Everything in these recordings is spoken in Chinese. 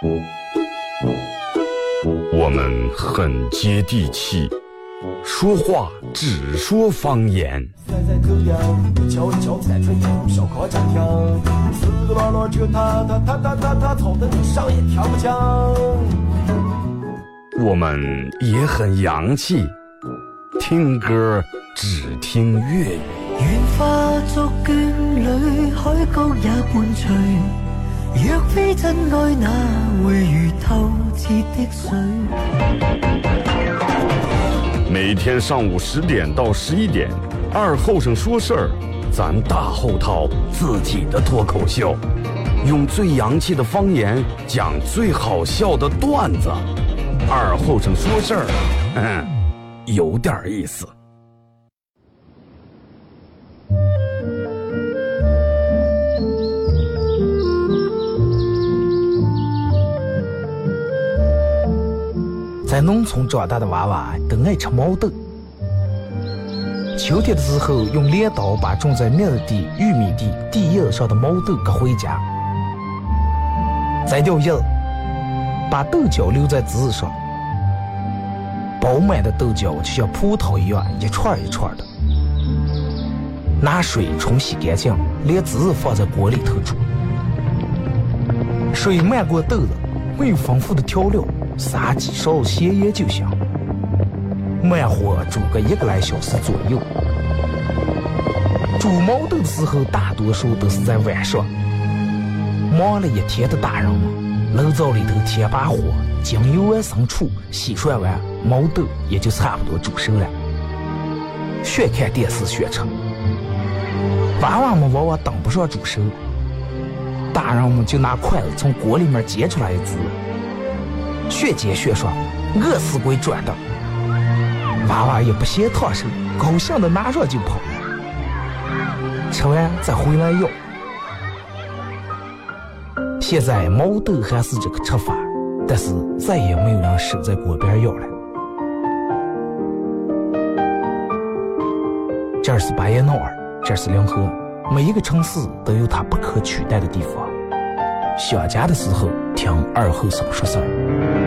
我们很接地气，说话只说方言。我们也很洋气，听歌只听粤语。 愿化作眷侣，海角也伴随。若非真爱，哪會如透徹的水？ 每天上午10點到11點，二後生說事兒，咱大後套自己的脫口秀，用最洋氣的方言講最好笑的段子。二後生說事兒，有點意思。 在农村长大的娃娃都爱吃毛豆。秋天的时候，用镰刀把种在麦地、玉米地地叶上的毛豆割回家，摘掉叶子，把豆角留在枝子上。饱满的豆角就像葡萄一样，一串一串的。拿水冲洗干净，连籽放在锅里头煮。水漫过豆子，会有丰富的调料。撒几勺咸盐就行，慢火煮个1个来小时左右。煮毛豆的时候，大多数都是在晚上。忙了一天的大人们，炉灶里头添把火，将油完生醋，洗涮完，毛豆也就差不多煮熟了。学看电视学吃，娃娃们往往等不上煮熟，大人们就拿筷子从锅里面夹出来一只。学煎学涮，饿死鬼转的，娃娃也不嫌烫手，高兴的拿上就跑，吃完再回来要。现在毛豆还是这个吃法，但是再也没有人守在锅边要了。这是巴彦淖尔，这是临河，每一个城市都有它不可取代的地方。想家的时候，听二后生说事儿。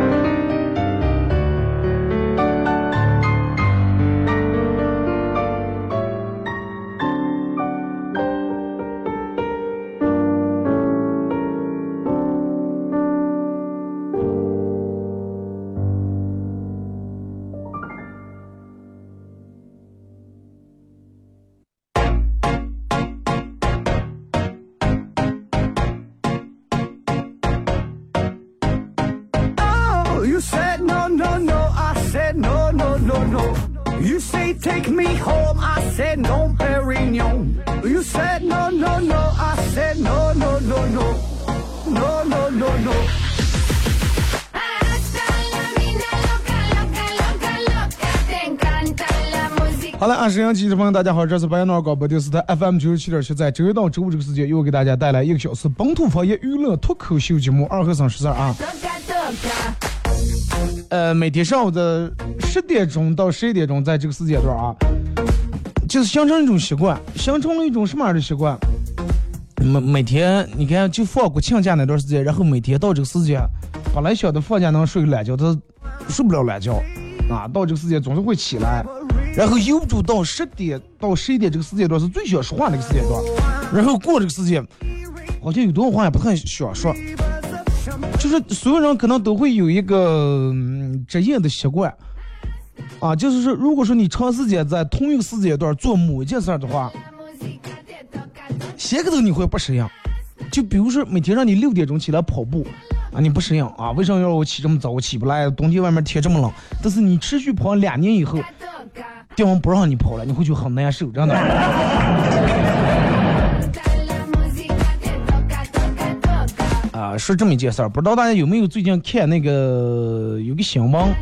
You say take me home, I said no, Perignon. You said no, no, no, I said no, no, no, no, no, no, no, no. 好了，沈阳记者朋友，大家好，这是白洋淖尔广播电视台 FM 97.7，在周一到周五这个时间，又给大家带来1个小时本土方言娱乐脱口秀节目《二和尚14》啊。每天上午的10点钟到11点钟，在这个时间段啊，就是形成一种习惯，形成了一种什么样的习惯？每天你看，就放国庆假那段时间，然后每天到这个时间，本来想的放假能睡个懒觉，他睡不了懒觉啊，到这个时间总是会起来，然后由住到10点到11点这个时间段是最想说话那个时间段，然后过这个时间，好像有多少话也不太想说。就是所有人可能都会有一个职业的习惯啊，就是说，如果说你长时间在同一个时间段做某一件事的话，先个头你会不适应。就比如说每天让你6点钟起来跑步啊，你不适应啊，为什么要我起这么早？我起不来，冬天外面天这么冷。但是你持续跑2年以后，地方不让你跑了，你会觉得很难受，真的。说这么一件事儿，不知道大家有没有最近看那个有个新闻，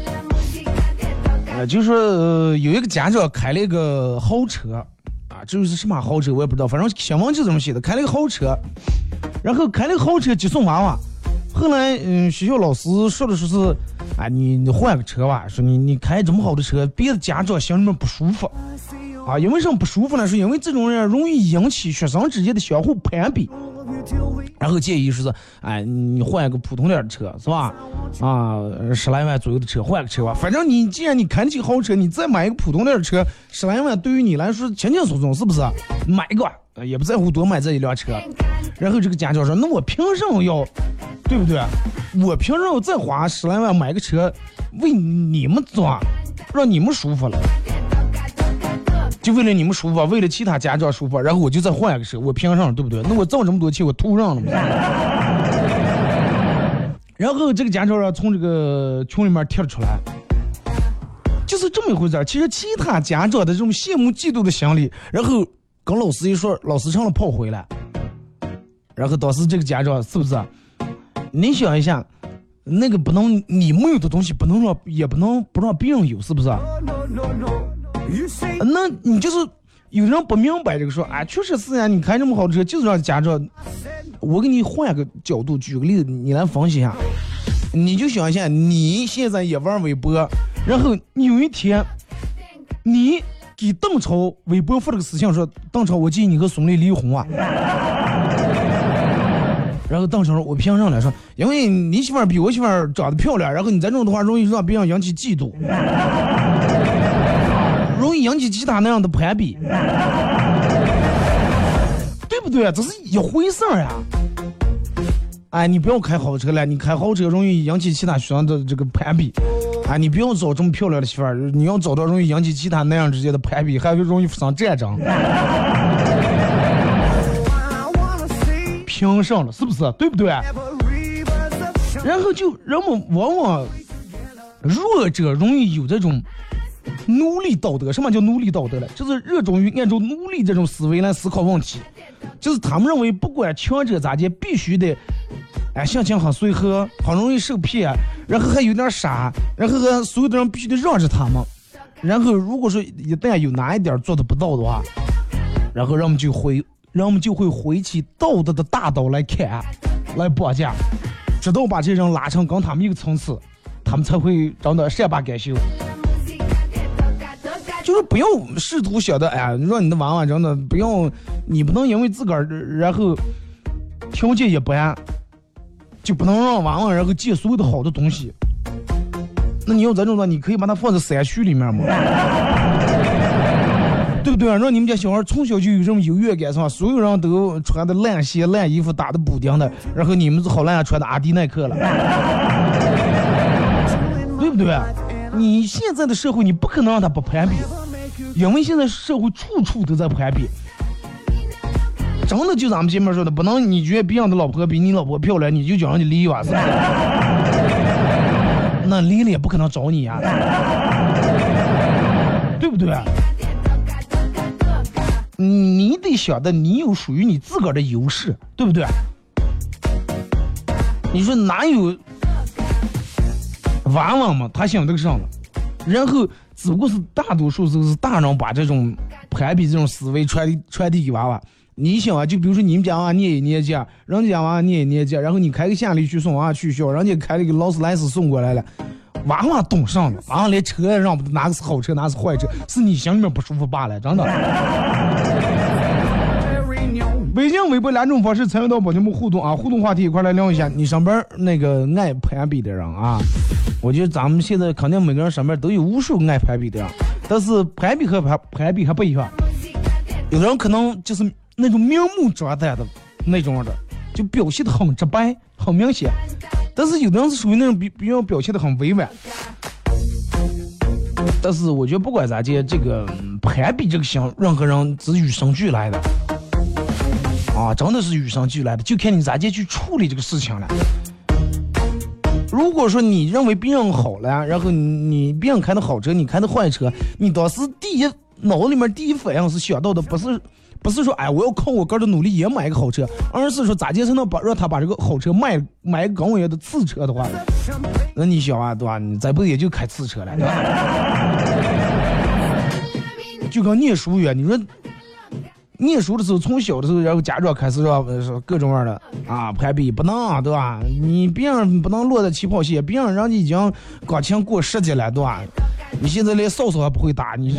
就是说有一个家长开了一个豪车啊，这是什么豪车我也不知道，反正新闻就这么写的，开了一个豪车，然后开了个豪车接送娃娃，后来学校老师说的说是啊，你换个车吧，说你开这么好的车，别的家长心里面不舒服啊，因为什么不舒服呢？是因为这种人容易引起学生之间的相互攀比。 然后建议说是，哎，你换一个普通点的车，是吧？啊，10来万左右的车，换个车吧。反正你既然你开起豪车，你再买一个普通点的车，10来万对于你来说轻轻松松，是不是？买一个也不在乎多买这一辆车。然后这个家长说，那我凭什么要，对不对？我凭什么再花10来万买个车，为你们做，让你们舒服了？就为了你们舒服，为了其他家长舒服，然后我就再换一个车，我凭上了，对不对？那我挣这么多钱，我图上了吗？然后这个家长从这个群里面贴了出来，就是这么一回事。其实其他家长的这种羡慕嫉妒的心理，然后跟老师一说，老师成了炮灰了。然后当时这个家长是不是？你想一下，那个不能你没有的东西，不能让也不能不让别人有，是不是？那你就是有人不明白这个说，啊，确实是呀，你开这么好车，就是让家长。我给你换个角度，举个例子，你来分析一下。你就想一下，你现在也玩微博，然后有一天，你给邓超微博发了个私信说，邓超，我建议你和孙俪离婚啊。然后邓超说，我凭上来说，因为你媳妇儿比我媳妇儿长得漂亮，然后你在这种的话容易让别人引起嫉妒。容易引起其他那样的攀比，对不对？这是一回事儿呀。哎，你不要开豪车了，你开豪车容易引起其他学生的这个攀比。哎，你不要找这么漂亮的媳妇儿，你要找到容易引起其他那样之间的攀比，还容易发生战争。拼上了，是不是？对不对？然后就人们往往弱者容易有这种奴隶道德。什么叫奴隶道德呢？就是热衷于按照奴隶这种思维来思考问题，就是他们认为不管强者咋地，必须得性情很随和，很容易受骗，然后还有点傻，然后所有的人必须得让着他们，然后如果说一旦有哪一点做得不到的话，然后人们就会挥起道德的大刀来砍，来绑架，直到把这人拉成跟他们一个层次，他们才会真的善罢甘休。就是不要试图想的，哎呀，让你的娃娃真的不要，你不能因为自个儿然后条件也不安，就不能让娃娃然后借所有的好的东西。那你要这种的，你可以把它放在山区里面嘛，对不对？让你们家小孩从小就有这种优越感，是吧？所有人都穿的烂鞋、烂衣服、打的补丁的，然后你们好烂穿的阿迪耐克了，对不对？你现在的社会，你不可能让他不攀比，因为现在社会处处都在攀比。真的就咱们前面说的，不能你觉得别人的老婆比你老婆漂亮，你就叫人家离吧，是不是？那离了也不可能找你呀，对不对？你得想的，你有属于你自个儿的优势，对不对？你说哪有娃娃嘛，他想这个上了，然后只不过是大多数是大人把这种攀比这种思维传递给娃娃。你想啊，就比如说你们家娃捏一捏价，人家娃捏一捏价，然后你开个夏利去送娃去学校，人家开了一个劳斯莱斯送过来了，娃娃懂上了，娃娃连车也让不得，哪个是好车，哪个是坏车，是你心里面不舒服罢了，真的。微信、微博两种方式参与到宝节目互动啊，互动话题一块来聊一下，你上班那个爱攀比的人啊，我觉得咱们现在肯定每个人上班都有无数爱攀比的人，但是攀比和攀比还不一样，有的人可能就是那种明目张胆的那种的，就表现的很直白、很明显，但是有的人是属于那种比较表现的很委婉。但是我觉得不管咋地，这个攀比这个行，任何人是与生俱来的。啊，真的是与生俱来的，就看你咋地去处理这个事情了。如果说你认为别人好了，然后你别人开的好车，你开的坏车，你当时脑子里面第一反应是想到的不是说哎我要靠我个人的努力也买一个好车，而是说咋地才能让他把这个好车买一个跟我一样的次车的话，那你想啊，对吧？你再不也就开次车了，对吧？就跟念书一样，你说。念书的时候，从小的时候，然后家长开始说各种样的啊攀比，不能对吧？你别人不能落在起跑线，别人家已经钢琴过10级了，对吧？你现在连扫帚还不会打，你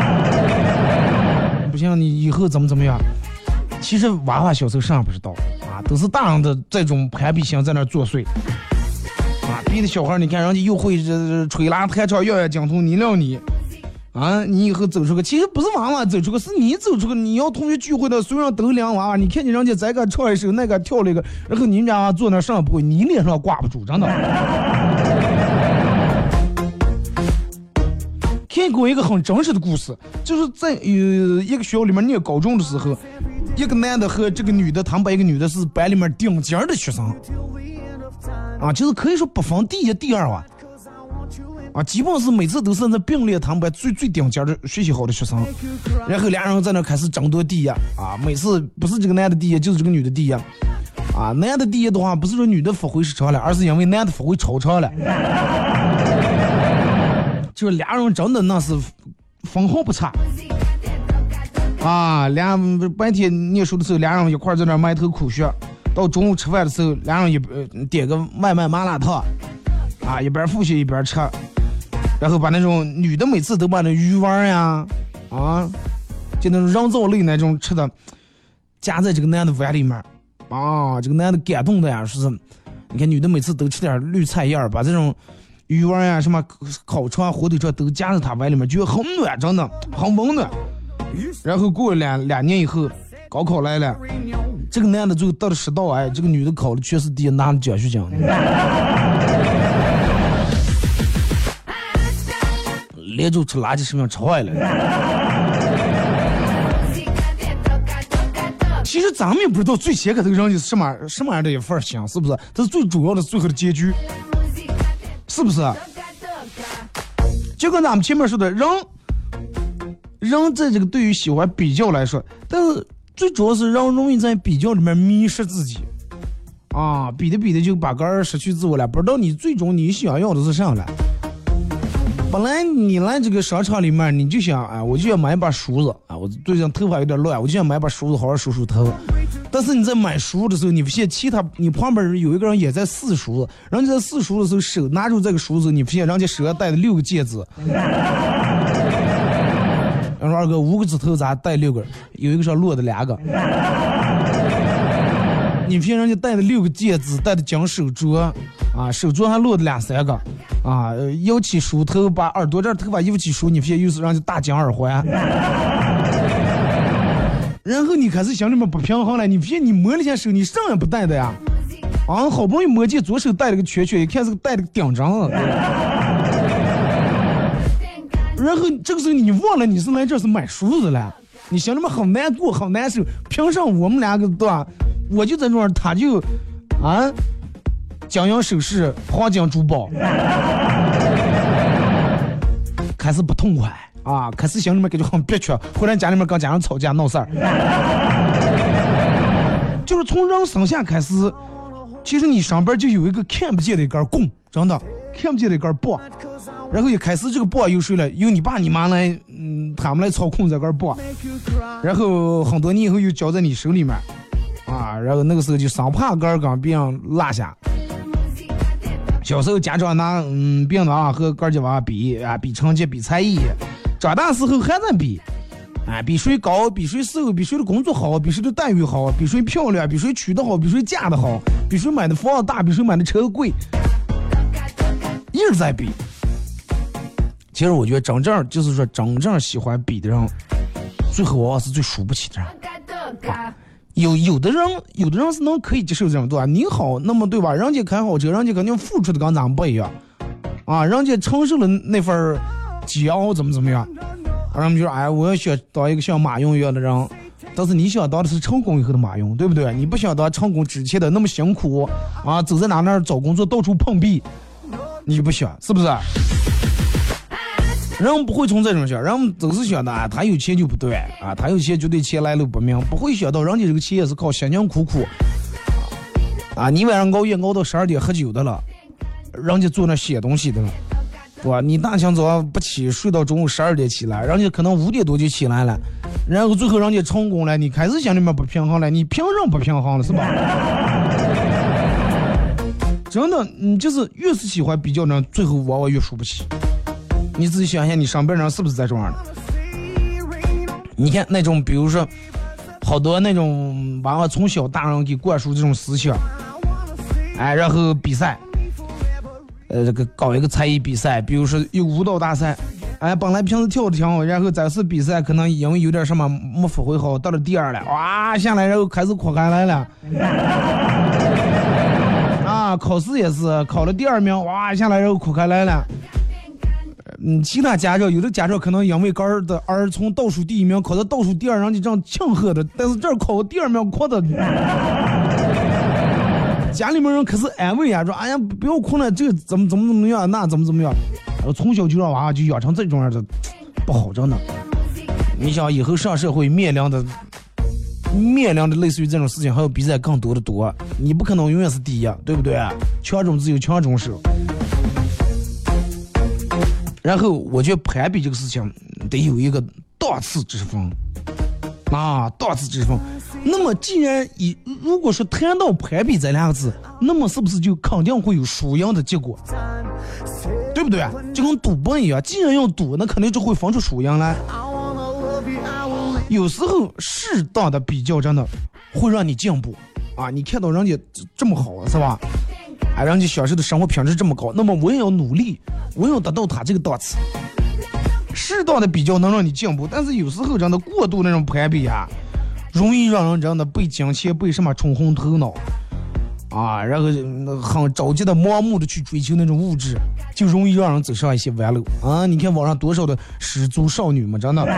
不行，你以后怎么样？其实娃娃小时候啥不知道啊， 都是大人的这种攀比心在那作祟啊！别的小孩你看人家又会吹拉弹唱耀耀江图你亮你啊！你以后走出个，其实不是娃娃走出个，是你走出个。你要同学聚会的，虽然都两娃娃，你看见人家这个唱一首，那个跳了一个，然后你们家坐那上不会，你脸上挂不住，真的。看过一个很真实的故事，就是在一个学校里面念高中的时候，一个男的和这个女的，他们班一个女的是班里面顶尖的学生，啊，就是可以说不分第一第二啊。啊，基本是每次都是那并列他们班最顶尖的学习好的学生，然后俩人在那开始争夺第一啊，每次不是这个男的第一，就是这个女的第一啊，男的第一的话不是说女的发挥失常了，而是因为男的发挥超常了，就是俩人真的那是分毫不差啊，俩白天念书的时候俩人一块在那埋头苦学，到中午吃饭的时候俩人也点个外卖麻辣烫啊，一边复习一边吃。然后把那种女的每次都把那鱼丸呀，就那种人造类那种吃的，夹在这个男的碗里面，这个男的感动的呀，说是，你看女的每次都吃点绿菜叶儿，把这种鱼丸呀、什么烤肠、火腿肠都夹在他碗里面，觉得很暖，真的很温暖。然后过了两年以后，高考来了，这个男的最后得了10道癌，这个女的考了全市第一，拿了奖学金。连着吃垃圾食品吃坏了。其实咱们也不知道最先给这个人是什么样的一份香，是不是？这是最主要的最后的结局，是不是？就跟咱们前面说的，人在这个对于喜欢比较来说，但是最主要是人容易在比较里面迷失自己啊，比的就把个儿失去自我了，不知道你最终你想要的是啥了。本来你来这个商场里面，你就想我就要买一把梳子啊，我最近头发有点乱，我就想买把梳子好好梳梳头。但是你在买梳的时候，你发现你旁边有一个人也在试梳子，人家在试梳的时候手拿住这个梳子，你发现人家手上戴了6个戒指。然后二哥5个指头咋戴6个，有一个上落的2个。你发现人家戴了6个戒指，戴的金手镯啊，手镯还落的2-3个啊，摇起梳头，把耳朵这头发一起梳，你发现又是让人大金耳环。然后你开始想里面不平衡了，你发现你摸了一下手，你上也不戴的呀，好不容易摸见左手戴了个圈圈，一看是个戴了个顶章。然后这个时候你忘了你是来这是买梳子了，你心里面很难过很难受，凭上我们2个对吧？我就在这儿，他就金银首饰、黄金珠宝，开始不痛快啊！开始心里面感觉很憋屈，回来家里面跟家人吵架闹事儿，就是从人生下开始，其实你上边就有一个看不见的一根棍，真的看不见的一根棒，然后一开始这个棒由谁来？由你爸你妈来，他们来操控这根棒，然后很多年以后又交在你手里面。然后那个时候就生怕杆跟别人落下。小时候家长拿别人的娃和杆儿娃比成绩比才艺，长大时候还在比，比谁高，比谁瘦，比谁的工作好，比谁的待遇好，比谁漂亮，比谁娶得好，比谁嫁得好，比谁买的房子大，比谁买的车贵，一直在比。其实我觉得真正喜欢比的人，最后往往是最输不起的人。有的人是能可以接受这种对吧？你好，那么对吧？人家开好车，人家肯定付出的跟咱们不一样人家承受了那份煎熬怎么样，然后我们就说我要想当一个像马云一样的人，但是你想当的是成功以后的马云，对不对？你不想当成功之前的那么辛苦走在哪找工作到处碰壁，你不想是不是？人不会从这种想，人都是想的他有钱就不对他有钱就对钱来路不明，不会想到人家这个钱也是靠辛辛苦苦你晚上熬夜熬到12点喝酒的了，人家做那写东西的了，对吧？你大清早上不起，睡到中午12点起来，人家可能5点多就起来了，然后最后人家成功了，你开始想里面不平衡了，你凭什么不平衡了，是吧？真的，你就是越是喜欢比较呢，最后往往越输不起。你自己想想，你上边人是不是在这样的？你看那种，比如说好多那种娃娃从小大人给灌输这种思想，哎，然后比赛，这个搞一个才艺比赛，比如说有舞蹈大赛，哎，本来平时跳的挺好，然后这次比赛可能因为有点什么没发挥好，到了第二了，哇，下来然后开始哭开来了。啊，考试也是考了第2名，哇，下来然后哭开来了。其他家长有的家长可能因为儿的儿从倒数第1名考到倒数第2，让你这样庆贺的，但是这儿考第2名哭的，家里面人可是安慰啊，说哎呀不要哭了，这个怎么样，那怎么样，然后从小就让娃娃就养成这种样的不好，真的。你想以后上社会面临的类似于这种事情还有比赛更多的多，你不可能永远是第一，对不对？强中自有强中手。然后我觉得攀比这个事情得有一个档次之分啊，档次之分。那么既然如果说谈到攀比这2个字，那么是不是就肯定会有输赢的结果，对不对？就跟赌博一样，既然要赌，那肯定就会分出输赢来。有时候适当的比较真的会让你进步啊！你看到人家这么好是吧？哎，人家享受的生活品质这么高，那么我也要努力，我要达到他这个档次。适当的比较能让你进步，但是有时候真的过度那种攀比啊，容易让人真的被金钱被什么冲昏头脑啊，然后很着急的盲目的去追求那种物质，就容易让人走上一些弯路啊！你看网上多少的失足少女嘛，真的。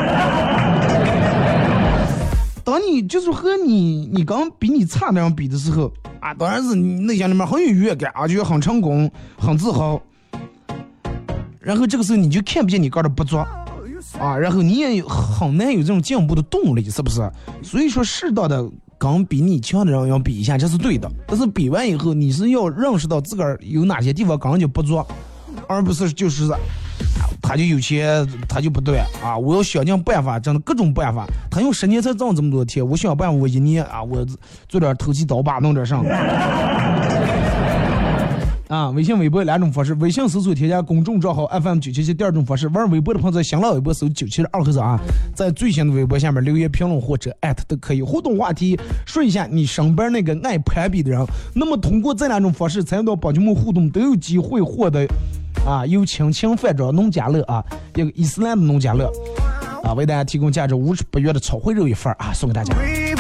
当你就是和你刚比你差的人比的时候啊，当然是你内心里面很有愉悦感啊，觉得很成功很自豪，然后这个时候你就看不见你个的不足啊，然后你也很难有这种进步的动力，是不是？所以说适当的跟比你强的人要比一下，这是对的，但是比完以后你是要认识到自个儿有哪些地方跟人家不足，而不是就是他就有钱他就不对啊！我要想尽办法，真的各种办法。他用10年才挣这么多钱，我想办法我1年啊，我做点投机倒把弄点上。啊，微信微博2种方式，微信搜索添加公众账号 FM977，第2种方式，玩微博的朋友在新浪微博搜972后啊，在最新的微博下面留言评论或者艾特都可以。互动话题说一下你身边那个爱攀比的人，那么通过这2种方式参与到帮节目互动，都有机会获得啊由青青饭庄农家乐啊一个伊斯兰的农家乐啊为大家提供价值58元的炒烩肉1份啊，送给大家。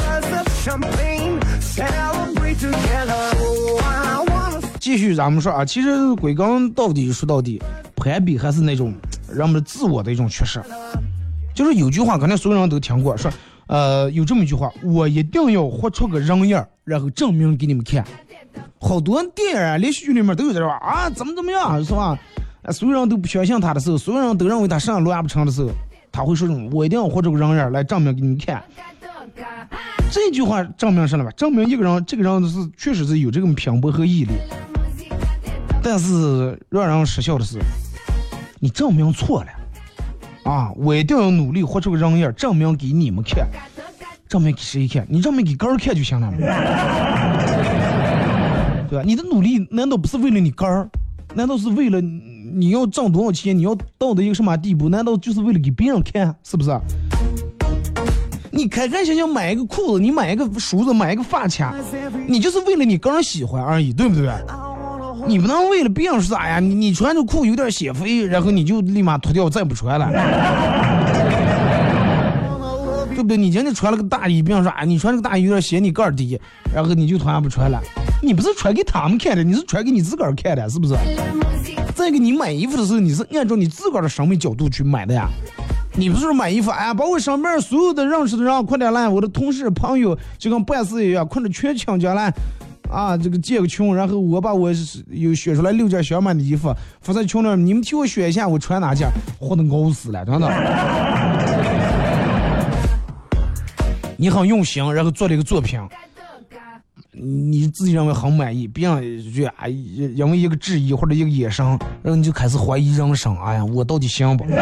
继续咱们说啊，其实归根到底说到底，攀比还是那种人们的自我的一种缺失。就是有句话可能所有人都听过，说有这么一句话，我一定要活出个人样，然后证明给你们看。好多电影啊连续剧里面都有这说啊怎么样是吧？所有人都不相信他的时候，所有人都认为他上路不成的时候，他会说什么？我一定要活出个人样来证明给你们看。这句话证明什么？证明一个人这个人是确实是有这个拼搏和毅力。但是让人失笑的是，你证明错了啊！我一定要努力活出个人样，证明给你们看。证明给谁看？你证明给杆儿看就行了嘛，对吧？你的努力难道不是为了你杆儿？难道是为了你要挣多少钱？你要到的一个什么地步？难道就是为了给别人看？是不是？你开心心买一个裤子，你买一个梳子，买一个发卡，你就是为了你个人喜欢而已，对不对？你不能为了别人说哎呀，你穿着裤有点显肥，然后你就立马脱掉再不穿了，对不对？你今天穿了个大衣，别人说哎，你穿这个大衣有点显你个儿低，然后你就突然不穿了。你不是穿给他们看的，你是穿给你自个儿看的，是不是？再给你买衣服的时候，你是按照你自个儿的审美角度去买的呀。你不是买衣服，哎呀，把我身边所有的认识的人快点来，我的同事朋友就跟办事一样，快点全抢进来啊！这个借个群，然后我把我有选出来6件想买的衣服发在群里，你们替我选一下，我穿哪件，活得熬死了，真的。你很用心，然后做了一个作品，你自己认为很满意，别人就啊，因为一个质疑或者一个眼神，然后你就开始怀疑人生，哎呀，我到底行不？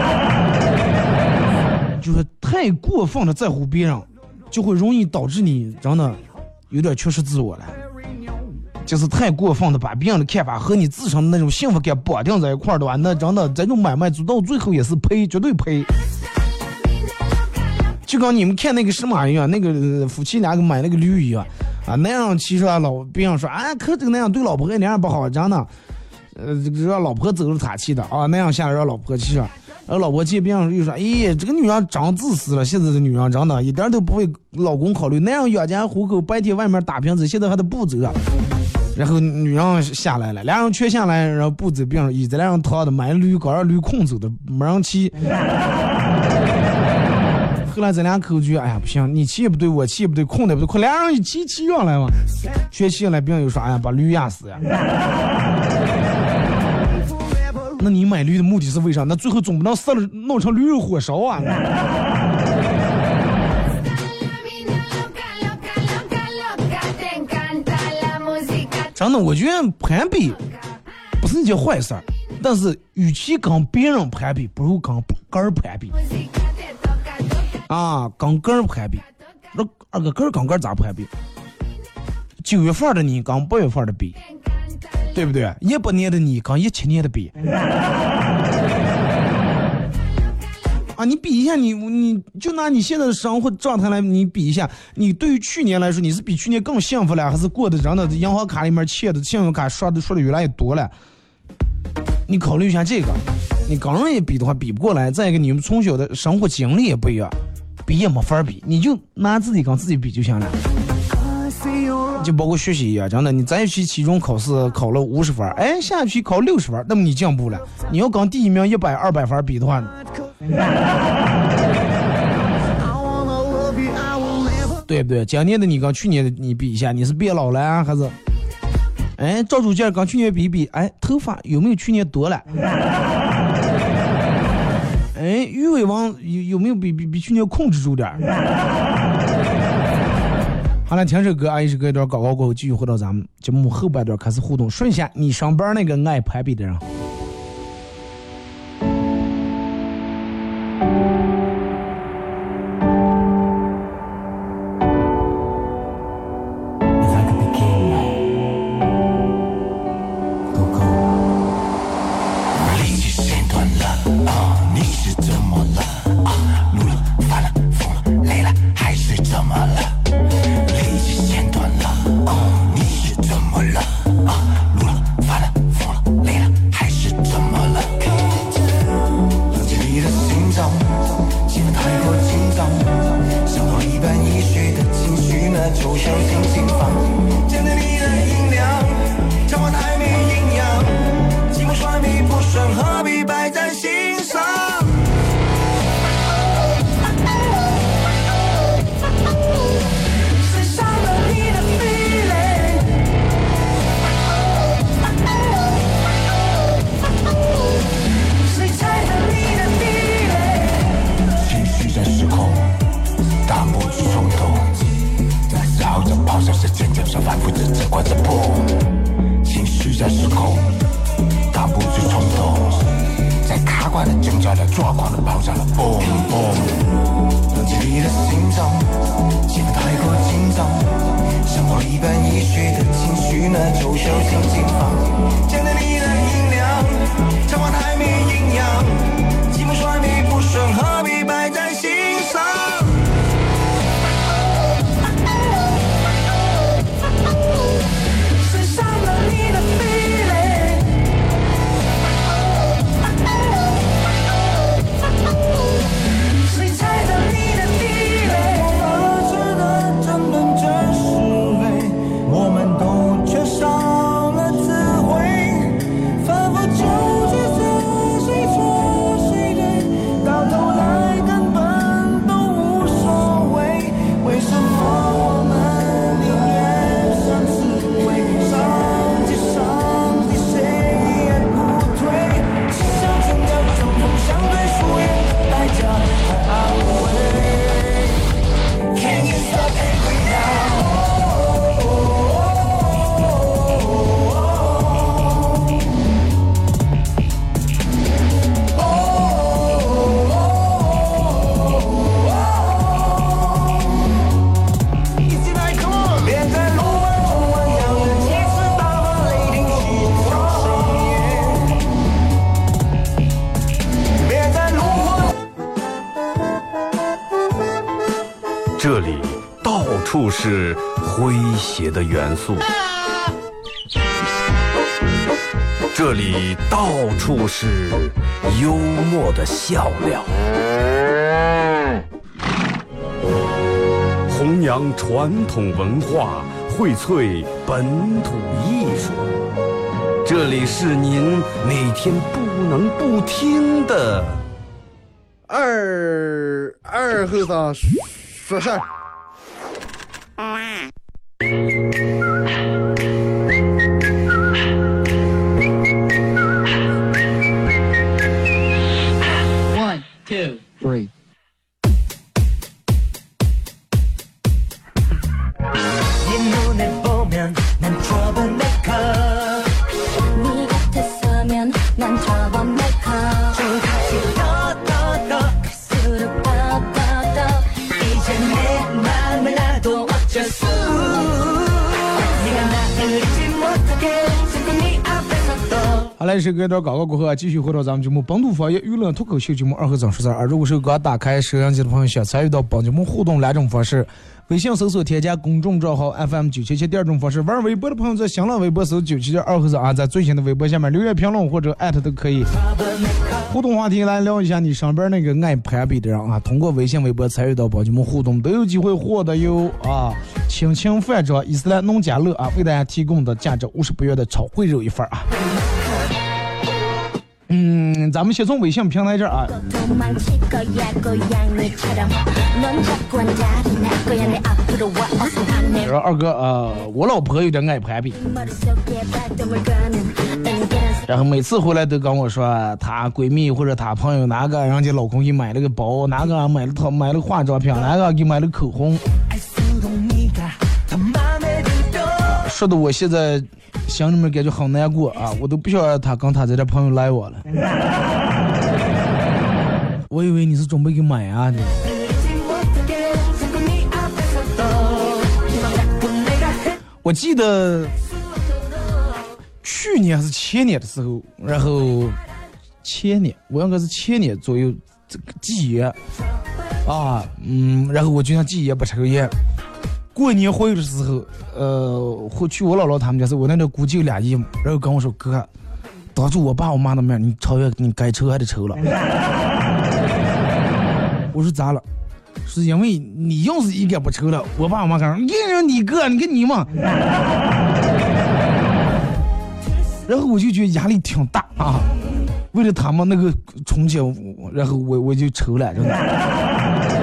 就是太过分的在乎别人，就会容易导致你真的有点缺失自我了。就是太过分的把别人的看法和你自身的那种幸福感绑定在一块儿的话，那真的这种买卖做到最后也是赔，绝对赔。 就跟你们看那个什么一样，那个夫妻俩买那个驴一样啊，那样骑上别人说啊，可这个那样对老婆那样不好，真的，这个让老婆走了岔气的啊，那样下来让老婆骑上。然后老婆见别人就说：“哎，这个女人真自私了，现在的女人真的一点都不为老公考虑，那样养家糊口，白天外面打拼子，现在还得不走啊。”然后女人下来了，俩人全下来，然后不走，别人一直两人躺的，买驴搞让驴空走的，没人骑。后来这两口就哎呀不行，你骑也不对，我骑也不对，空的也不对，快俩人一骑上来嘛，全骑上来，别人又说哎呀把驴压死呀。那你买驴的目的是为啥？那最后总不能杀了弄成驴肉火烧啊！真的，我觉得攀比不是一件坏事儿，但是与其跟别人攀比，不如跟根儿攀比啊，跟根儿攀比。那二个根儿跟根儿咋攀比？9月份的你跟8月份的比。对不对？18年的你跟17年的比啊，你比一下，你就拿你现在的生活状态来，你比一下，你对于去年来说，你是比去年更幸福了，还是过的人的银行卡里面欠的信用卡刷的越来越多了？你考虑一下这个，你跟人也比的话比不过来。再一个，你们从小的生活经历也不一样，比也没法比，你就拿自己跟自己比就行了。就包括学习一样，真的，你这一期期中考试考了50分，哎，下一期考60分，那么你进步了。你要跟第一名100、200分比的话，对不对？今年的你跟去年的你比一下，你是变老了啊，还是？哎，赵主健跟去年比一比，哎，头发有没有去年多了？哎，鱼尾纹有没有比去年控制住点？好了，听首歌啊，一首歌一段广告过后，继续回到咱们节目后半段开始互动。说一下你上班那个爱攀比的人。 处是诙谐的元素，这里到处是幽默的笑料。弘扬传统文化，荟萃本土艺术，这里是您每天不能不听的二后生说事儿。 One, two, three. 好嘞，是隔段广告过后继续回到咱们节目本土方言娱乐脱口秀节目二和总说事儿。如果是刚打开摄像机的朋友，想参与到本节目互动两种方式：微信搜索添加公众账号 FM977；第二种方式，玩微博的朋友在新浪微博搜977二和总在最新的微博下面留言评论或者艾特都可以。互动话题来聊一下你上边那个爱攀比的人啊，通过微信微博参与到本节目互动，都有机会获得由青青饭庄伊斯兰农家乐为大家提供的价值58元的炒烩肉一份啊。咱们先从微信平台这儿啊。说二哥我老婆有点爱攀比，然后每次回来都跟我说，她闺蜜或者她朋友哪个人家老公给买了个包，哪个买了化妆品，哪个给买了口红，说的我现在心里面感觉好难过啊！我都不晓得他跟他这点朋友来我了。我以为你是准备给买啊你。我记得去年还是前年的时候，然后我应该是前年左右这个戒烟然后我就想戒烟不抽烟。过年回的时候，回去我姥姥他们家时候，我那点估计有2亿嘛，然后跟我说哥，当着我爸我妈的面，你抽烟你该抽还得抽了。我说咋了？是因为你要是一个不抽了，我爸我妈讲，你哥，你跟你嘛。然后我就觉得压力挺大啊，为了他们那个憧憬，然后我就抽了，真的。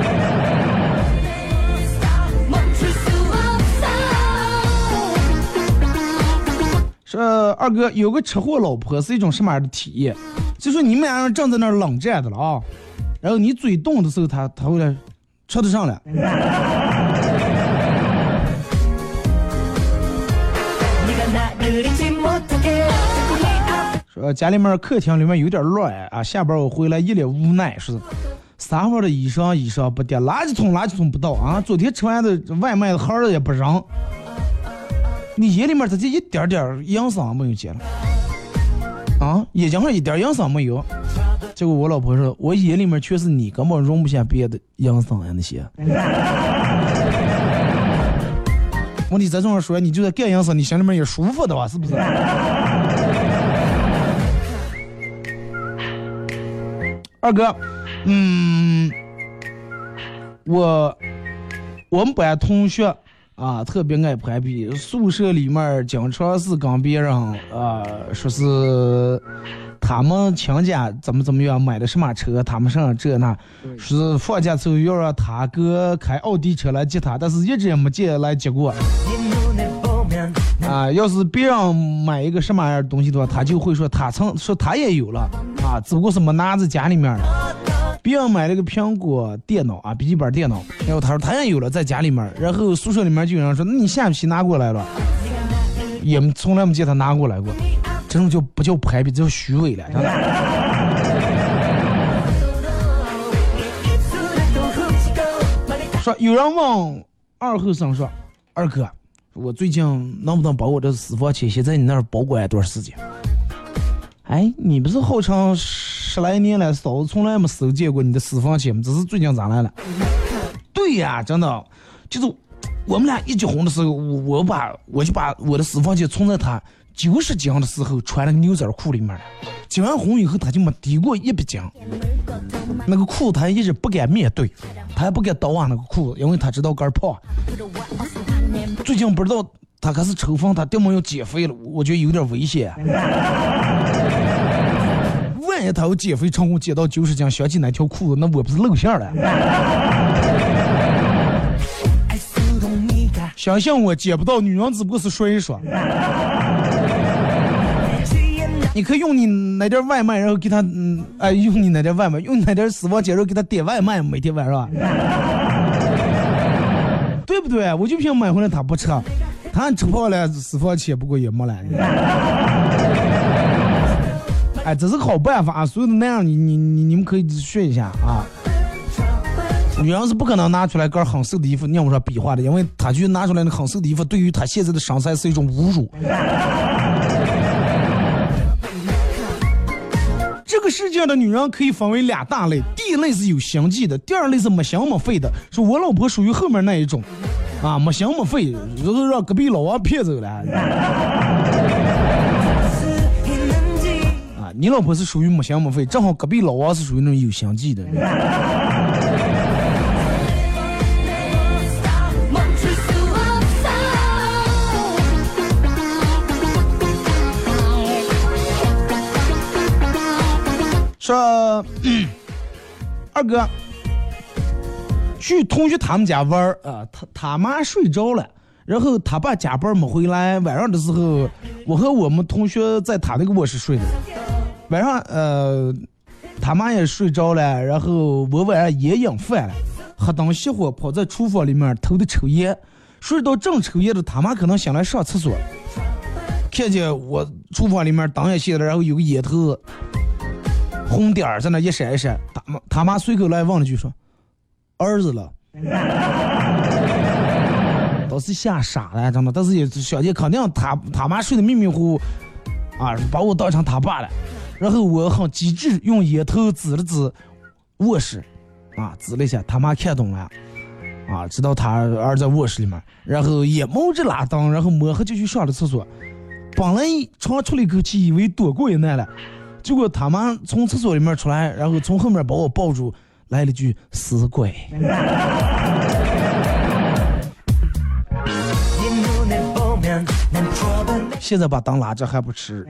说二哥有个车祸老婆是一种什么样的体验？就说你们俩人正在那儿冷战的了啊，然后你嘴动的时候，他会来车子上来。说家里面客厅里面有点乱啊，下班我回来一脸无奈，说撒谎的衣裳不掉，垃圾桶不倒啊，昨天吃完的外卖的盒儿也不扔。你眼里面它这一点点影响没有见了啊，眼睛上一点影响没有。结果我老婆说，我眼里面确实你根本容不下别的影响呀那些。问题在这样说，你就在干影响，你心里面也舒服的吧？是不是？二哥，我们班同学。特别爱攀比，宿舍里面经常是跟别人说是他们亲家怎么样买的什么车，他们上这那，是放假之后要让他哥开奥迪车来接他，但是一直也没接来接过。要是别人买一个什么样的东西的话，他就会说他也有了只不过是没拿在家里面了。别人买了个苹果电脑笔记本电脑，然后他说他也有了在家里面，然后宿舍里面就有人说，那你下期拿过来了，也从来没见他拿过来过，这种就不叫攀比，这叫虚伪了。说有人问二后生说，二哥，我最近能不能把我的私房钱先在你那儿保管一段时间？你不是号称10来年了，嫂子从来没收见过你的私房钱，只是最近咋来了？对呀，真的，就是我们俩一结婚的时候，我就把我的私房钱存在他90斤的时候穿那个牛仔裤里面了。结完婚以后，他就没低过100斤。那个裤他一直不敢面对，他还不敢倒挖那个裤子，因为他知道肝胖。最近不知道他开始抽风，他根本要减肥了，我觉得有点危险。万一他要减肥成功减到90斤，想起那条裤子，那我不是露馅了？想想我减不到，女人只不过是说一说。你可以用你那点外卖，然后给他，用你那点外卖，用你那点私房钱，然后给他点外卖，每天晚上，对不对？我就凭买回来他不吃，他吃胖了，私房钱不过也没了。哎，这是个好办法，所有的那样你们可以学一下啊。女人是不可能拿出来根很瘦的衣服让我说比划的，因为她去拿出来那很瘦的衣服，对于她现在的身材是一种侮辱。这个世界上的女人可以分为2大类，第一类是有心计的，第二类是没心没肺的。说我老婆属于后面那一种，啊，没心没肺，然后让隔壁老王骗走了。啊，你老婆是属于没心没肺，正好隔壁老王是属于那种有心计的。说，二哥去同学他们家玩啊，他妈睡着了，然后他爸加班没回来，晚上的时候我和我们同学在他那个卧室睡的，晚上他妈也睡着了，然后我晚上也瘾犯了，黑灯熄火跑在厨房里面偷的抽烟，睡到正抽烟的他妈可能想来上厕所，看见我厨房里面灯也熄了，然后有个烟头红点儿在那一闪一闪，他妈随口来问了句说：“儿子了。”都是吓傻了，真的。但是也小姐肯定他妈睡得迷迷糊糊，啊，把我当成他爸了。然后我很机智，用烟头指了指卧室，啊，指了一下，他妈看懂了，啊，知道他儿在卧室里面，然后也摸着拉灯，然后摸黑就去上了厕所。本来长出了一口气，以为躲过一难了。结果他妈从厕所里面出来，然后从后面把我抱住，来了句死鬼。现在把灯拉着还不吃。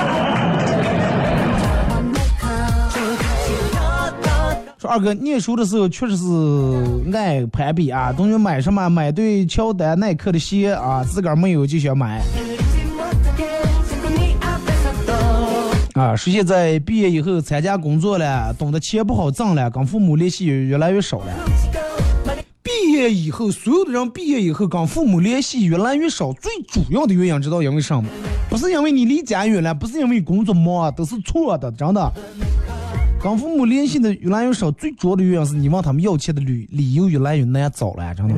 说二哥念书的时候确实是爱攀比啊，同学买什么买对乔丹耐克的鞋啊，自个儿没有就想买。啊，实现在毕业以后参加工作了，懂得钱不好挣了，跟父母联系越来越少了。毕业以后，所有的人毕业以后跟父母联系越来越少，最主要的原因知道因为什么？不是因为你离家远了，不是因为工作忙，都是错的，真的。跟父母联系的越来越少，最主要的原因是你问他们要钱的理由越来越难找了，真的。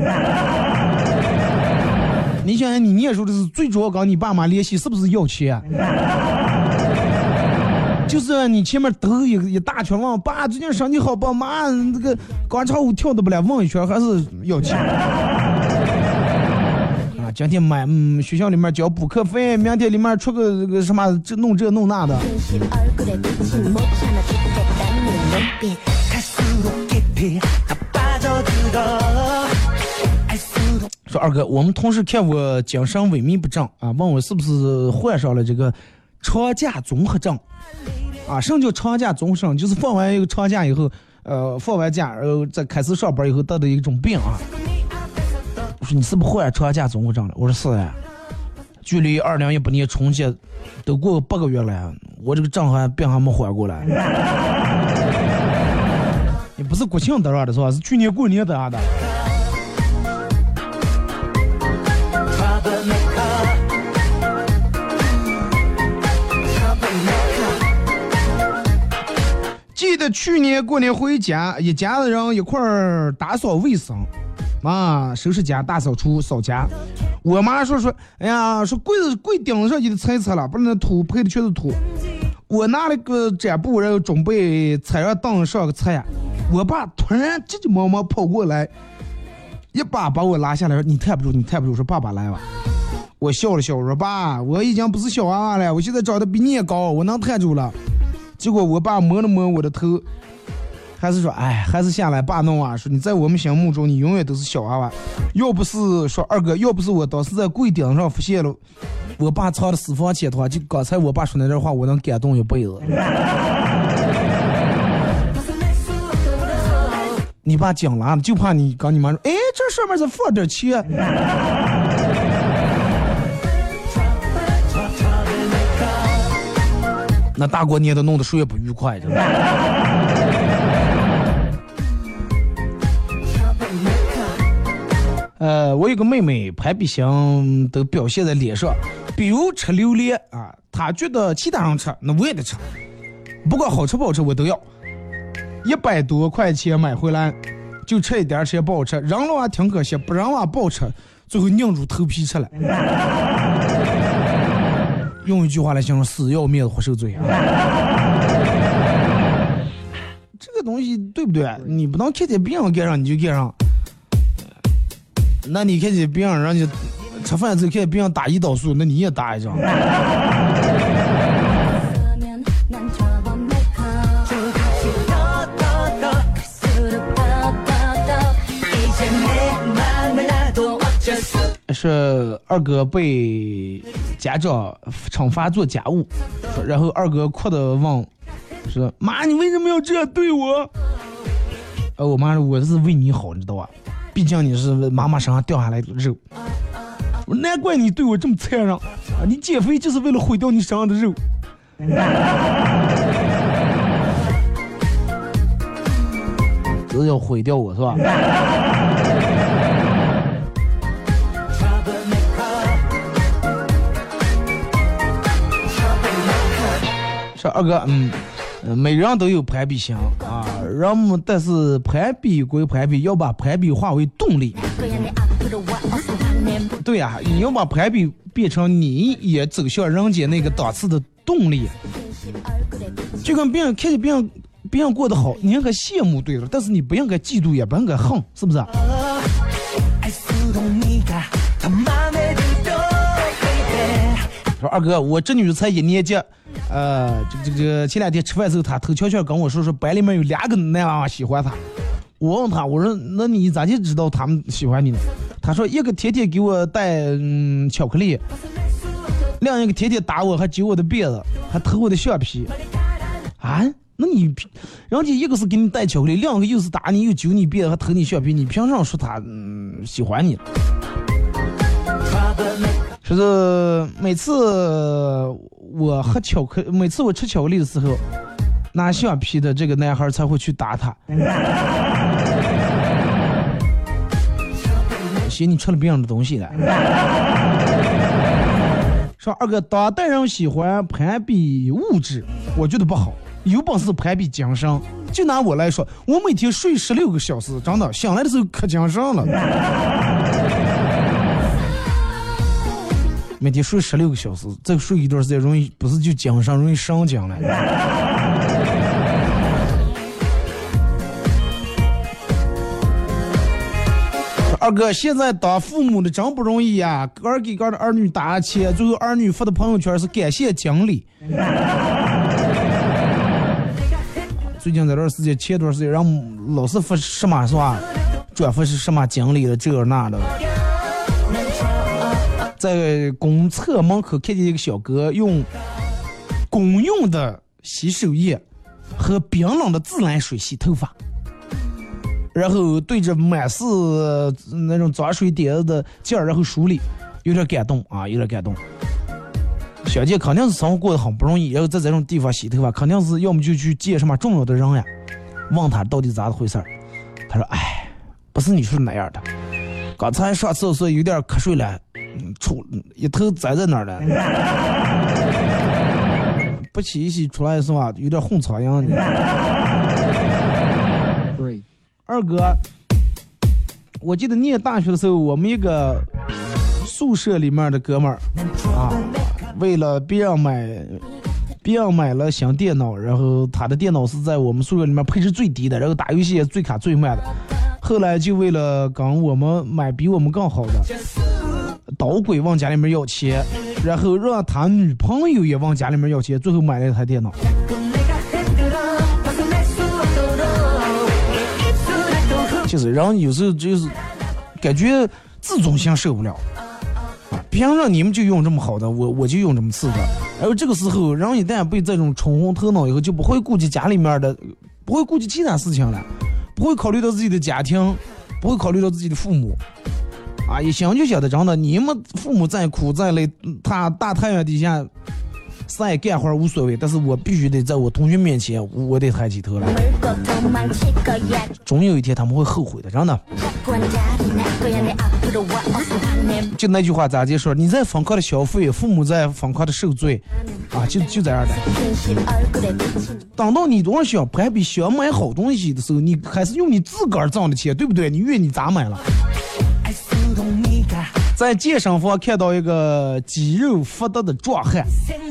你想想，你念书的是最主要跟你爸妈联系，是不是要钱？就是你前面兜一大圈问爸最近身体好不？妈这个广场舞跳的不来，问一圈还是要钱啊！今天买学校里面交补课费，明天里面出个这个什么这弄这弄那的。说二哥，我们同事看我精神萎靡不振啊，问我是不是患上了这个长假综合症。啊，什么叫长假综合症？就是放完一个长假以后，放完假，然后再开始上班以后得的一种病啊。我说你是不是患长假综合症了？我说是呀，距离2018年春节都过8个月了，我这个症病还没缓过来。也不是国庆得上的是吧？是去年过年得上的。记得去年过年回家，一家的人一块儿打扫卫生，啊，收拾家、大扫除、扫家。我妈说，哎呀，说柜顶上就得擦一擦了，不然那土配的全是土。我拿了个毡布，然后准备踩上凳上个擦呀。我爸突然急急忙忙跑过来， 一把把我拉下来说：“你太不住，你太不住。”说：“爸爸来吧。”我笑了笑，我说：“爸，我已经不是小娃娃了，我现在长得比你也高，我能抬住了。”结果我爸摸了摸我的头，还是说：“哎，还是下来，爸弄啊。说你在我们心目中，你永远都是小娃娃。要不是说二哥，要不是我当时在柜顶上发现了我爸藏的私房钱的话，就刚才我爸说那段话，我能感动一辈子。”你爸讲了，就怕你跟你妈说：“哎，这上面再放点钱。”那大过年的弄得谁也不愉快，真的。我有个妹妹，排比型都表现在脸上，比如吃榴莲啊，她觉得其他人吃，那我也得吃，不管好吃不好吃我都要。100多块钱买回来，就吃一点吃也不好吃，扔了啊挺可惜，不扔啊不好吃，最后硬住头皮吃了。用一句话来形容，死要面子活受罪啊！这个东西对不对？你不能看见别人干上你就干上，那你看见别人让你吃饭之后看见别人打胰岛素，那你也打一仗。是二哥被家长惩罚做家务，然后二哥哭的问说：“妈，你为什么要这样对我？”我妈说：“我是为你好，你知道吧？毕竟你是妈妈身上掉下来的肉。难怪你对我这么残忍啊！你减肥就是为了毁掉你身上的肉。”这要毁掉我是吧？说二哥，每人都有攀比心啊，但是攀比归攀比，要把攀比化为动力。对呀，你要把攀比变成你也走向人家那个档次的动力。就跟别人看见别人过得好，你应该羡慕对了，但是你不应该嫉妒，也不应该恨，是不是？说二哥，我这女的才1年级，这个前2天吃饭的时候，她偷悄悄跟我说班里面有2个男娃娃喜欢她。我问她，我说那你咋就知道他们喜欢你呢？她说一个天天给我带巧克力，另一个天天打我，还揪我的辫子，还偷我的橡皮。啊，那你人家一个是给你带巧克力，另一个又是打你又揪你辫子，还偷你橡皮，你凭啥说他喜欢你？说是每次我吃巧克力的时候，拿橡皮的这个男孩才会去打他。嫌你吃了别人的东西了。说二哥，当代人喜欢攀比物质，我觉得不好，有本事攀比精神。就拿我来说，我每天睡16个小时，真的醒来的时候可精神了。每天睡16个小时，这个睡一段时间容易不是就精神容易伤精了。二哥，现在当父母的真不容易呀，哥给哥的儿女打钱，最后儿女发的朋友圈是感谢经理。最近这段时间，前段时间让老是发什么是吧？转发是什么经理的这那的。在公厕门口看见一个小哥用公用的洗手液和冰冷的自来水洗头发，然后对着满是那种脏水点子的劲儿，然后梳理，有点感动啊，有点感动。小姐肯定是生活过得很不容易，然后在这种地方洗头发，肯定是要么就去见什么重要的人呀，问他到底咋回事儿。他说：“哎，不是你说的那样的，刚才上厕所有点瞌睡了，出一头栽在那儿了，不洗一洗出来是吧？有点红苍蝇。”二哥，我记得念大学的时候，我们一个宿舍里面的哥们儿啊，为了别人买了新电脑，然后他的电脑是在我们宿舍里面配置最低的，然后打游戏也最卡最慢的， 后来就为了跟我们买比我们更好的，捣鬼往家里面要钱，然后让他女朋友也往家里面要钱，最后买了一台电脑。就是然后有时候就是感觉自尊心受不了啊，凭什么你们就用这么好的，我就用这么次的？然后这个时候，然后一旦被这种冲昏头脑以后，就不会顾及家里面的，不会顾及其他事情了，不会考虑到自己的家庭，不会考虑到自己的父母啊，一想就晓得真的，你们父母再苦再累，他大太阳底下晒干活无所谓，但是我必须得在我同学面前，我得抬起头来。总有一天他们会后悔的，真的。就那句话咋接说？你在疯狂的消费，父母在疯狂的受罪，啊，就在这儿的。等到你多少想排比想买好东西的时候，你还是用你自个儿挣的钱，对不对？你愿你咋买了？在健身房看到一个肌肉发达的壮汉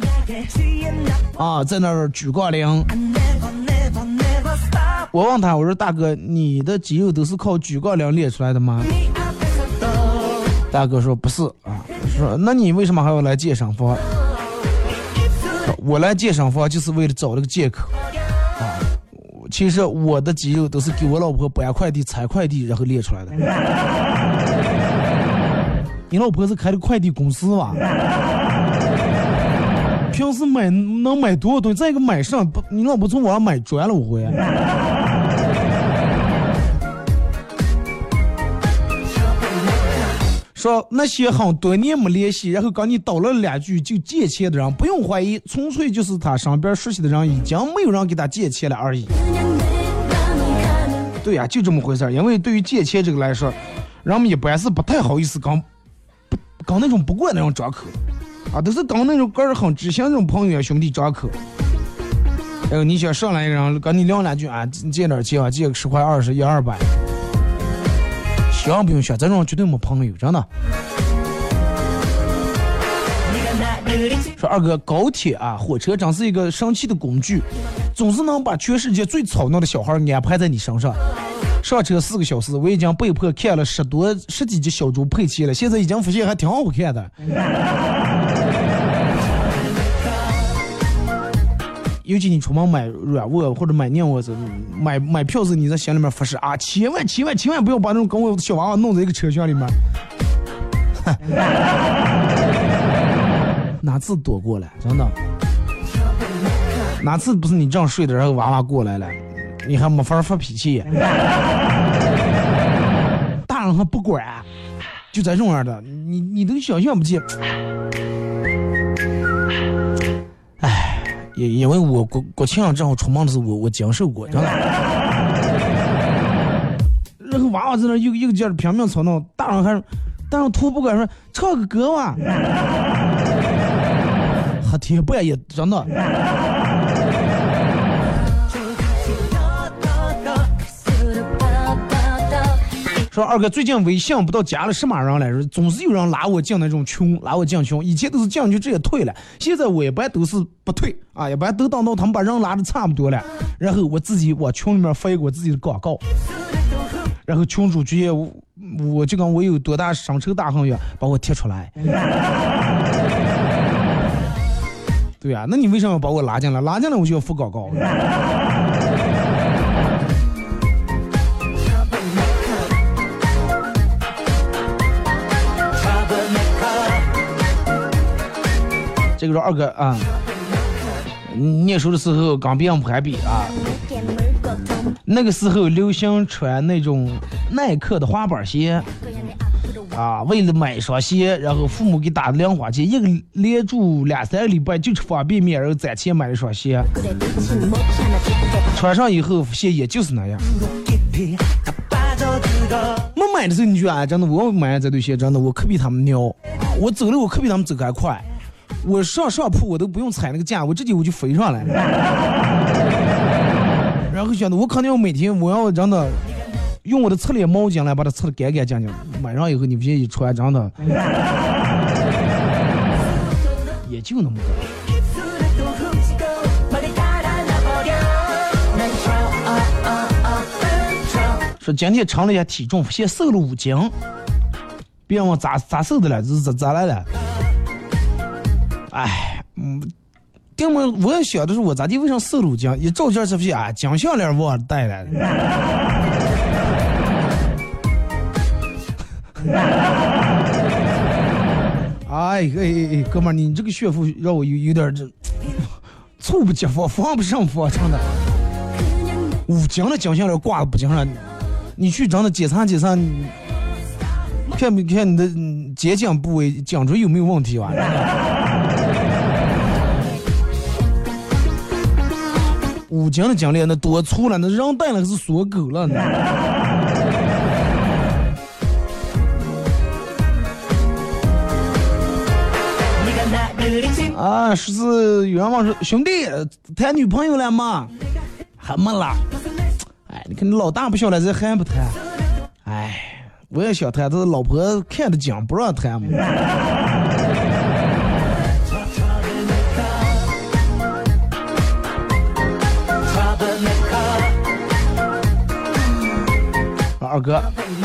啊，在那儿举杠铃。我问他，我说大哥，你的肌肉都是靠举杠铃练出来的吗？大哥说不是啊，说那你为什么还要来健身房？我来健身房就是为了找这个借口啊。其实我的肌肉都是给我老婆搬快递、拆快递然后练出来的。你老婆是开的快递公司吧？平时能买多少东西？再一个买上，你老婆从网上买砖了我回。说那些很多年没联系，然后跟你叨了2句就借钱的人，不用怀疑，纯粹就是他身边熟悉的人已经没有人给他借钱了而已。对呀，就这么回事。因为对于借钱这个来说，人们一般是不太好意思刚那种不过那种张口啊，都是刚那种个儿很知心那种朋友啊兄弟张口。然后你想上来一个人跟你聊2句啊，借点钱啊，借个10块20、100-200。想不用想，这种绝对没朋友，真的。说二哥，高铁啊，火车真是一个神奇的工具，总是能把全世界最吵闹的小孩安排在你身上。上车4个小时，我已经被迫看了10几集小猪佩奇了，现在已经发现还挺好看的。尤其你出门买软卧或者买硬卧时，买票时你在心里面发誓啊，千万不要把那种跟我小娃娃弄在一个车厢里面。哪次躲过来？真的？哪次不是你这样睡的，然后娃娃过来了，你还没法发脾气？大人还不管，就在这样的，你都想象不见。因为我国庆正好出门的时候，我经受过，真的。然后娃娃在那一个劲儿拼命吵闹，大人突不管说唱个歌哇，还挺半夜，真的。说二哥最近微信不到加了什么人来着，总是有人拉我进那种群，拉我进群。以前都是进去直接退了，现在我一般都是不退啊，一般都等到他们把人拉的差不多了，然后我自己往群里面发一个我自己的广告，然后群主直接我就跟我有多大深仇大恨一样把我贴出来。对啊，那你为什么要把我拉进来？拉进来我就要发广告。这个说二哥啊，念书的时候刚别人攀比啊，那个时候流行穿那种耐克的滑板鞋啊，为了买双鞋，然后父母给打的零花钱，一个连住2-3个礼拜，就是方便面，然后攒钱买了双鞋，穿上以后鞋也就是那样。没买的时候你觉得啊，真的我买这对鞋真的我可比他们牛啊，我走了我可比他们走还快。我上铺我都不用踩那个架，我直接我就飞上来了。然后想的我肯定要每天我要真的用我的侧脸毛巾来把它侧得干干净净，买上以后你不信一穿真的也就那么个。说说今天称了一下体重，现瘦了5斤。别问咋瘦的了，这是咋来了？哎，我也想的是我咋地为啥瘦了5斤？一照镜这不是啊，金项链忘了带了。哎，哥们儿，你这个炫富让我有点这猝不及防，防不胜防，真的。5斤的金项链挂了不紧上，你去真的检查，看没看你的结颈部位颈椎有没有问题吧？5斤的项链那多粗了，那人戴了是锁狗了呢。啊，是有人问说兄弟谈女朋友了吗？还没啦。哎，你看你老大不晓得这还不谈。哎，我也想谈，这老婆看得紧不让谈嘛。二哥，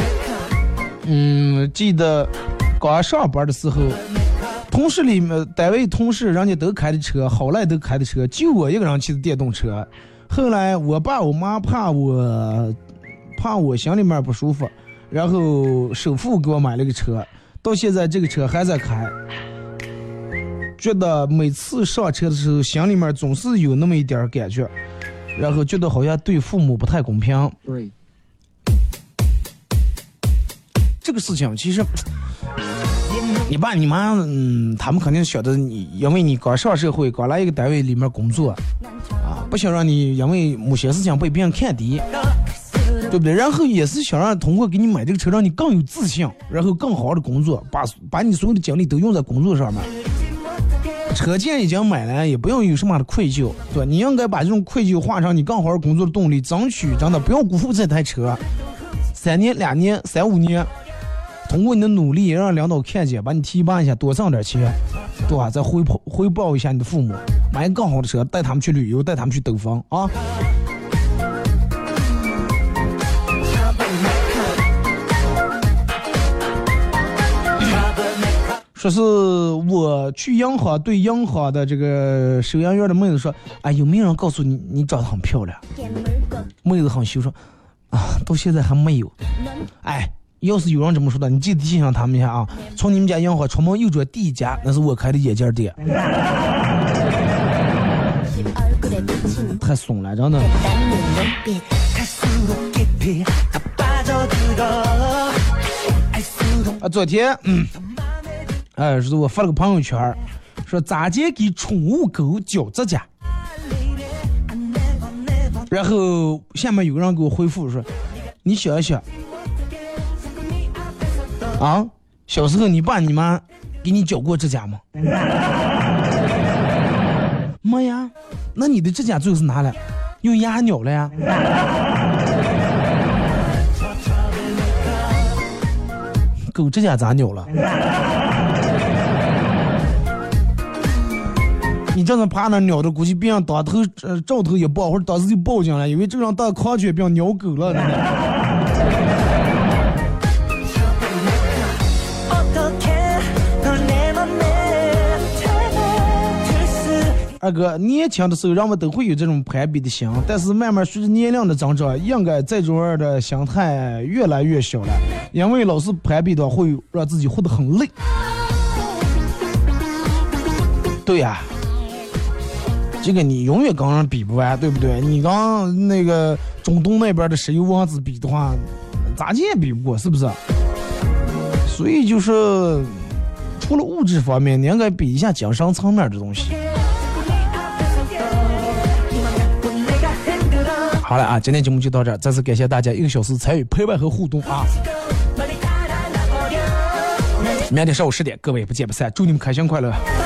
记得刚上班的时候，同事里面单位同事人家都开的车，好赖都开的车，就我一个人骑的电动车。后来我爸我妈怕我心里面不舒服，然后首付给我买了个车，到现在这个车还在开。觉得每次上车的时候，心里面总是有那么一点感觉，然后觉得好像对父母不太公平。对。这个事情其实，你爸你妈，他们肯定晓得你，因为你刚上社会，刚来一个单位里面工作，啊，不想让你因为某些事情被别人看低，对不对？然后也是想让通过给你买这个车，让你更有自信，然后更好的工作，把你所有的精力都用在工作上面。车既然已经买了，也不用有什么的愧疚，对吧？你应该把这种愧疚化成你更好的工作的动力，争取真的不要辜负这台车。3年、2年、3、5年。通过你的努力让领导看见，把你提拔一下，多挣点钱，对吧？再回报一下你的父母，买更好的车，带他们去旅游，带他们去兜风啊！说是我去银行，对银行的这个收银员的妹子说：“哎，有没有人告诉你你长得很漂亮？”妹子很羞说：“啊，到现在还没有。”哎。要是有人这么说的，你记得提醒他们一下啊！从你们家银行出门右转第一家，那是我开的眼镜店。太怂了，真的。啊，昨天，是我发了个朋友圈，说咋接给宠物狗剪指甲，然后下面有个人给我回复说，你想一想。啊，小时候你爸你妈给你剪过指甲吗？没呀，那你的指甲最后是哪了？用牙咬了呀？狗指甲咋咬了？你这样趴那咬的，估计别人当头照头一爆，或者当时就报警了，因为这样大狂犬病咬狗了，真的。二哥，年轻的时候人们都会有这种攀比的心，但是慢慢随着年龄的增长，应该这种样的心态越来越小了，因为老是攀比的话会让自己活得很累。对呀，这个你永远跟人比不完，对不对？你跟那个中东那边的石油王子比的话，咋见也比不过，是不是？所以就是除了物质方面，你应该比一下精神层面的东西。好了啊，今天节目就到这儿，再次感谢大家1个小时参与陪伴和互动啊！明天上午10点，各位不见不散，祝你们开心快乐。